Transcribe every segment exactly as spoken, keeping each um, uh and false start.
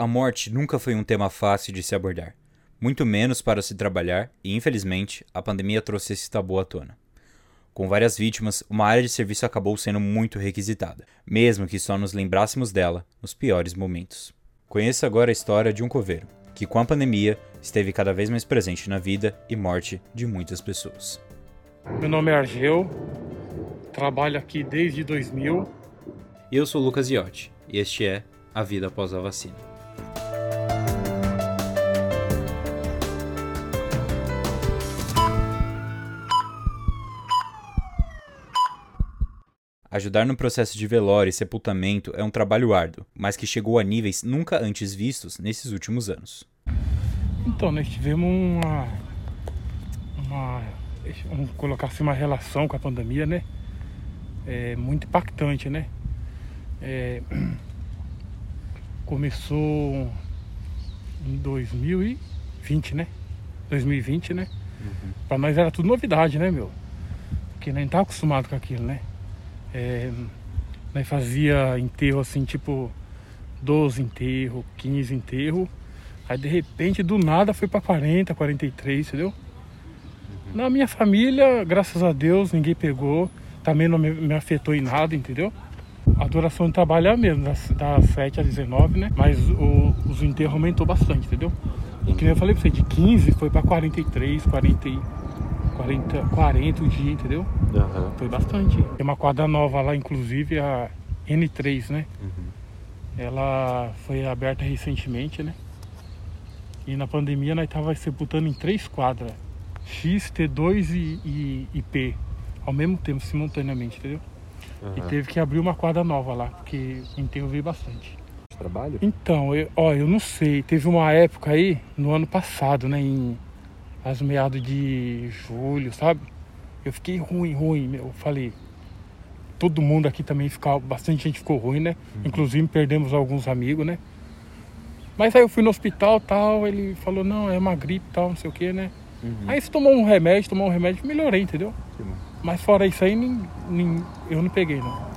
A morte nunca foi um tema fácil de se abordar, muito menos para se trabalhar e, infelizmente, a pandemia trouxe esse tabu à tona. Com várias vítimas, uma área de serviço acabou sendo muito requisitada, mesmo que só nos lembrássemos dela nos piores momentos. Conheça agora a história de um coveiro, que com a pandemia esteve cada vez mais presente na vida e morte de muitas pessoas. Meu nome é Argel, trabalho aqui desde dois mil. Eu sou Lucas Iotti e este é A Vida Após a Vacina. Ajudar no processo de velório e sepultamento é um trabalho árduo, mas que chegou a níveis nunca antes vistos nesses últimos anos. Então, nós tivemos uma, uma vamos colocar assim, uma relação com a pandemia, né? É, muito impactante, né? É, começou em dois mil e vinte, né? dois mil e vinte, né? Uhum. Pra nós era tudo novidade, né, meu? Porque nem tá acostumado com aquilo, né? É, nós fazia enterro assim, tipo doze enterros, quinze enterros. Aí de repente, do nada, foi pra quarenta, quarenta e três, entendeu? Uhum. Na minha família, graças a Deus, ninguém pegou. Também não me, me afetou em nada, entendeu? A duração do trabalho é a mesma, das, das sete às dezenove, né? Mas o, os enterros aumentou bastante, entendeu? E que nem eu falei pra você, de quinze foi pra quarenta e três, quarenta, quarenta, quarenta o dia, entendeu? Uhum. Foi bastante. Tem uma quadra nova lá, inclusive, a N três, né? Uhum. Ela foi aberta recentemente, né? E na pandemia nós tava sepultando em três quadras, X, T dois e, e, e P, ao mesmo tempo, simultaneamente, entendeu? Uhum. E teve que abrir uma quadra nova lá, porque o enterro veio bastante. Trabalho? Então, eu, ó, eu não sei, teve uma época aí, no ano passado, né, em as meados de julho, sabe? Eu fiquei ruim, ruim, eu falei, todo mundo aqui também ficou, bastante gente ficou ruim, né? Uhum. Inclusive perdemos alguns amigos, né? Mas aí eu fui no hospital tal, ele falou, não, é uma gripe tal, não sei o que, né? Uhum. Aí você tomou um remédio, tomou um remédio, melhorei, entendeu? Sim. Mas fora isso aí, nem, nem, eu não peguei, não.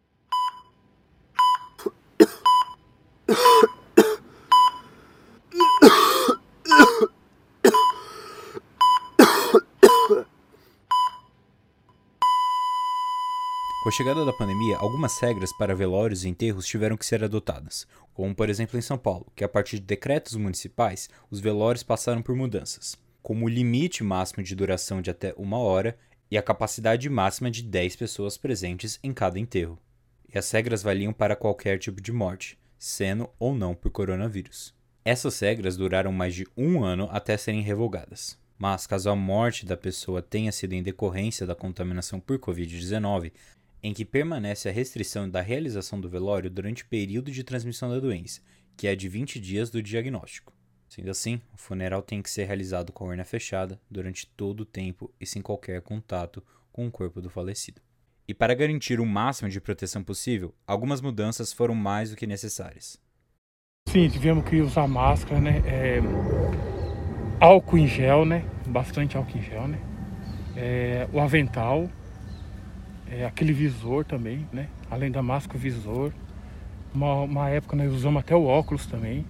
Com a chegada da pandemia, algumas regras para velórios e enterros tiveram que ser adotadas, como por exemplo em São Paulo, que a partir de decretos municipais, os velórios passaram por mudanças, como o limite máximo de duração de até uma hora e a capacidade máxima de dez pessoas presentes em cada enterro. E as regras valiam para qualquer tipo de morte, sendo ou não por coronavírus. Essas regras duraram mais de um ano até serem revogadas. Mas caso a morte da pessoa tenha sido em decorrência da contaminação por covid dezenove, em que permanece a restrição da realização do velório durante o período de transmissão da doença, que é de vinte dias do diagnóstico. Sendo assim, o funeral tem que ser realizado com a urna fechada durante todo o tempo e sem qualquer contato com o corpo do falecido. E para garantir o máximo de proteção possível, algumas mudanças foram mais do que necessárias. Sim, tivemos que usar máscara, né? É... álcool em gel, né? Bastante álcool em gel, né? É... o avental. É, aquele visor também, né? Além da máscara, o visor. Uma, uma época nós usamos até o óculos também.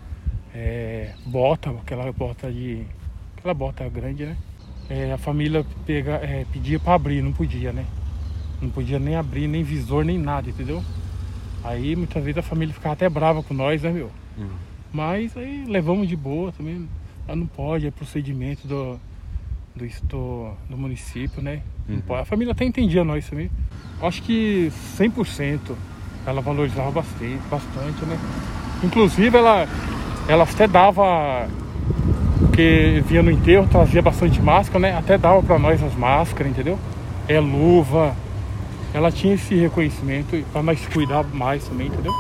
É, bota, aquela bota de... Aquela bota grande, né? É, a família pega, é, pedia pra abrir, não podia, né? Não podia nem abrir, nem visor, nem nada, entendeu? Aí muitas vezes a família ficava até brava com nós, né, meu? Uhum. Mas aí levamos de boa também. Ela não pode, é procedimento do... Do, do, do município, né? Uhum. A família até entendia nós também. Acho que cem por cento ela valorizava bastante, bastante, né? Inclusive ela, ela até dava, porque via no enterro, trazia bastante máscara, né? Até dava pra nós as máscaras, entendeu? É luva. Ela tinha esse reconhecimento pra nós cuidar mais também, entendeu?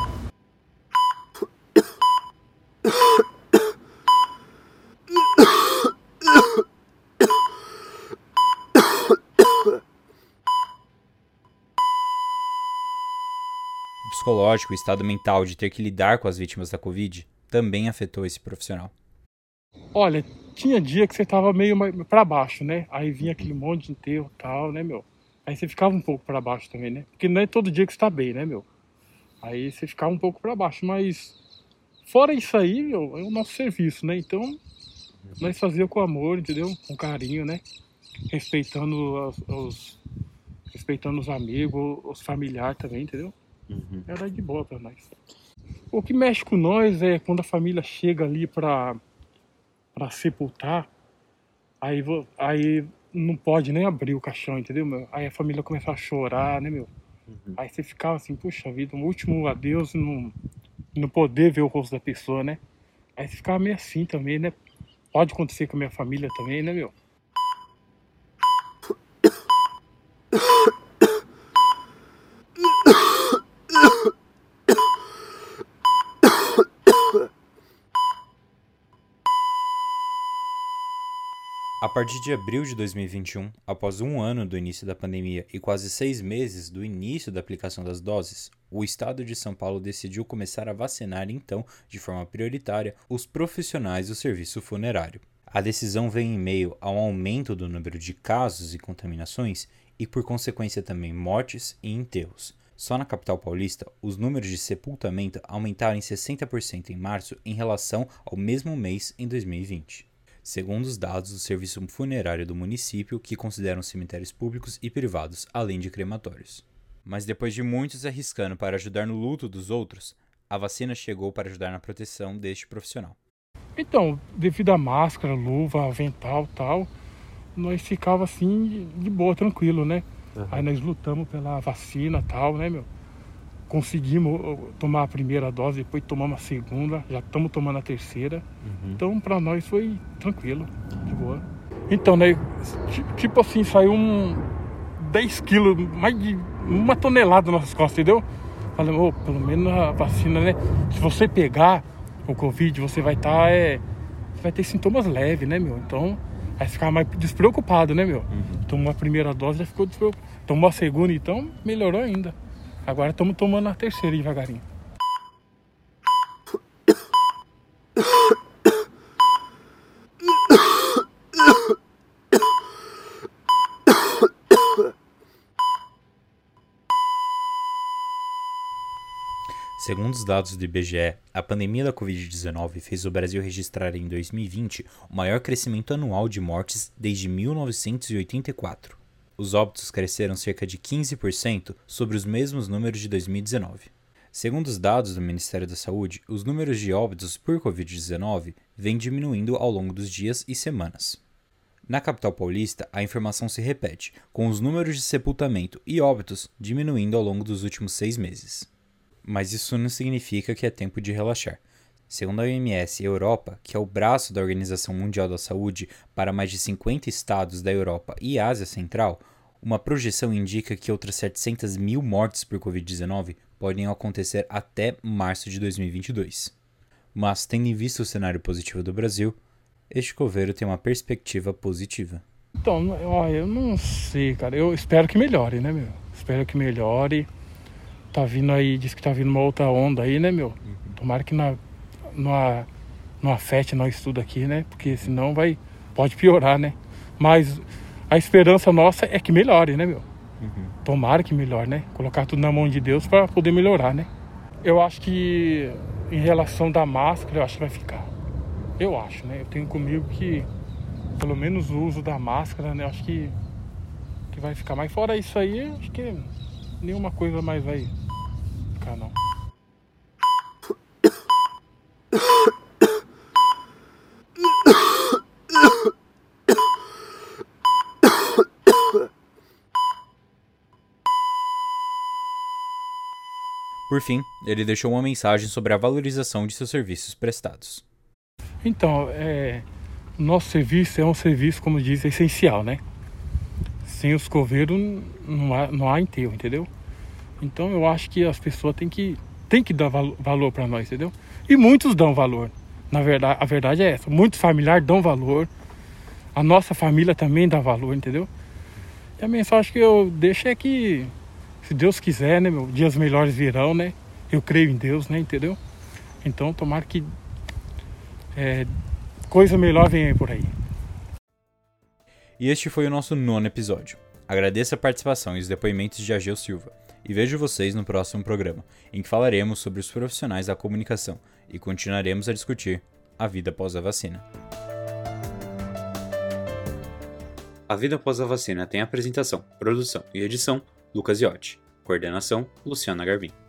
O psicológico e o estado mental de ter que lidar com as vítimas da Covid também afetou esse profissional. Olha, tinha dia que você tava meio pra baixo, né? Aí vinha aquele monte de enterro e tal, né, meu? Aí você ficava um pouco pra baixo também, né? Porque não é todo dia que você tá bem, né, meu? Aí você ficava um pouco pra baixo, mas Fora isso aí, meu, é o nosso serviço, né? Então, nós fazíamos com amor, entendeu? Com carinho, né? Respeitando os, os, respeitando os amigos, os familiares também, entendeu? Uhum. Era de boa pra nós. O que mexe com nós é quando a família chega ali pra, pra sepultar, aí, aí não pode nem abrir o caixão, entendeu, meu? Aí a família começa a chorar, né, meu? Uhum. Aí você ficava assim, puxa vida, um último adeus, não, não poder ver o rosto da pessoa, né? Aí você ficava meio assim também, né? Pode acontecer com a minha família também, né, meu? A partir de abril de dois mil e vinte e um, após um ano do início da pandemia e quase seis meses do início da aplicação das doses, o estado de São Paulo decidiu começar a vacinar, então, de forma prioritária, os profissionais do serviço funerário. A decisão vem em meio ao aumento do número de casos e contaminações e, por consequência, também mortes e enterros. Só na capital paulista, os números de sepultamento aumentaram em sessenta por cento em março em relação ao mesmo mês em dois mil e vinte. Segundo os dados do serviço funerário do município, que consideram cemitérios públicos e privados, além de crematórios. Mas depois de muitos arriscando para ajudar no luto dos outros, a vacina chegou para ajudar na proteção deste profissional. Então, devido à máscara, luva, avental e tal, nós ficava assim de boa, tranquilo, né? Uhum. Aí nós lutamos pela vacina e tal, né, meu? Conseguimos tomar a primeira dose, depois tomamos a segunda, já estamos tomando a terceira. Uhum. Então, para nós foi tranquilo, de boa. Então, né, tipo assim, saiu um dez quilos, mais de uma tonelada nas nossas costas, entendeu? Falei, oh, pelo menos a vacina, né? Se você pegar o Covid, você vai estar, tá, é, você vai ter sintomas leves, né, meu? Então, vai ficar mais despreocupado, né, meu? Uhum. Tomou a primeira dose, já ficou despreocupado. Tomou a segunda, então, melhorou ainda. Agora estamos tomando a terceira devagarinho. Segundo os dados do I B G E, a pandemia da covid dezenove fez o Brasil registrar em dois mil e vinte o maior crescimento anual de mortes desde mil novecentos e oitenta e quatro. Os óbitos cresceram cerca de quinze por cento sobre os mesmos números de dois mil e dezenove. Segundo os dados do Ministério da Saúde, os números de óbitos por covid dezenove vêm diminuindo ao longo dos dias e semanas. Na capital paulista, a informação se repete, com os números de sepultamento e óbitos diminuindo ao longo dos últimos seis meses. Mas isso não significa que é tempo de relaxar. Segundo a O M S Europa, que é o braço da Organização Mundial da Saúde para mais de cinquenta estados da Europa e Ásia Central, uma projeção indica que outras setecentas mil mortes por covid dezenove podem acontecer até março de dois mil e vinte e dois. Mas, tendo em vista o cenário positivo do Brasil, este coveiro tem uma perspectiva positiva. Então, ó, eu não sei, cara. Eu espero que melhore, né, meu? Espero que melhore. Tá vindo aí, diz que tá vindo uma outra onda aí, né, meu? Uhum. Tomara que na... Não, não afete nós tudo aqui, né? Porque senão vai, pode piorar, né? Mas a esperança nossa é que melhore, né, meu? Uhum. Tomara que melhore, né? Colocar tudo na mão de Deus para poder melhorar, né? Eu acho que em relação da máscara, eu acho que vai ficar. Eu acho, né? Eu tenho comigo que pelo menos o uso da máscara, né? Eu acho que, que vai ficar. Mas fora isso aí, acho que nenhuma coisa mais vai ficar, não. Por fim, ele deixou uma mensagem sobre a valorização de seus serviços prestados. Então, é, nosso serviço é um serviço, como diz, essencial, né? Sem os coveiros não há, não há enterro, entendeu? Então eu acho que as pessoas têm que, têm que dar valo, valor para nós, entendeu? E muitos dão valor. Na verdade, a verdade é essa. Muitos familiares dão valor. A nossa família também dá valor, entendeu? E a mensagem que eu deixo é que, se Deus quiser, né, meu, dias melhores virão, né? Eu creio em Deus, né, entendeu? Então, tomara que é, coisa melhor venha aí por aí. E este foi o nosso nono episódio. Agradeço a participação e os depoimentos de Ageu Silva. E vejo vocês no próximo programa, em que falaremos sobre os profissionais da comunicação e continuaremos a discutir a vida após a vacina. A Vida Após a Vacina tem apresentação, produção e edição Lucas Iotti. Coordenação Luciana Garvin.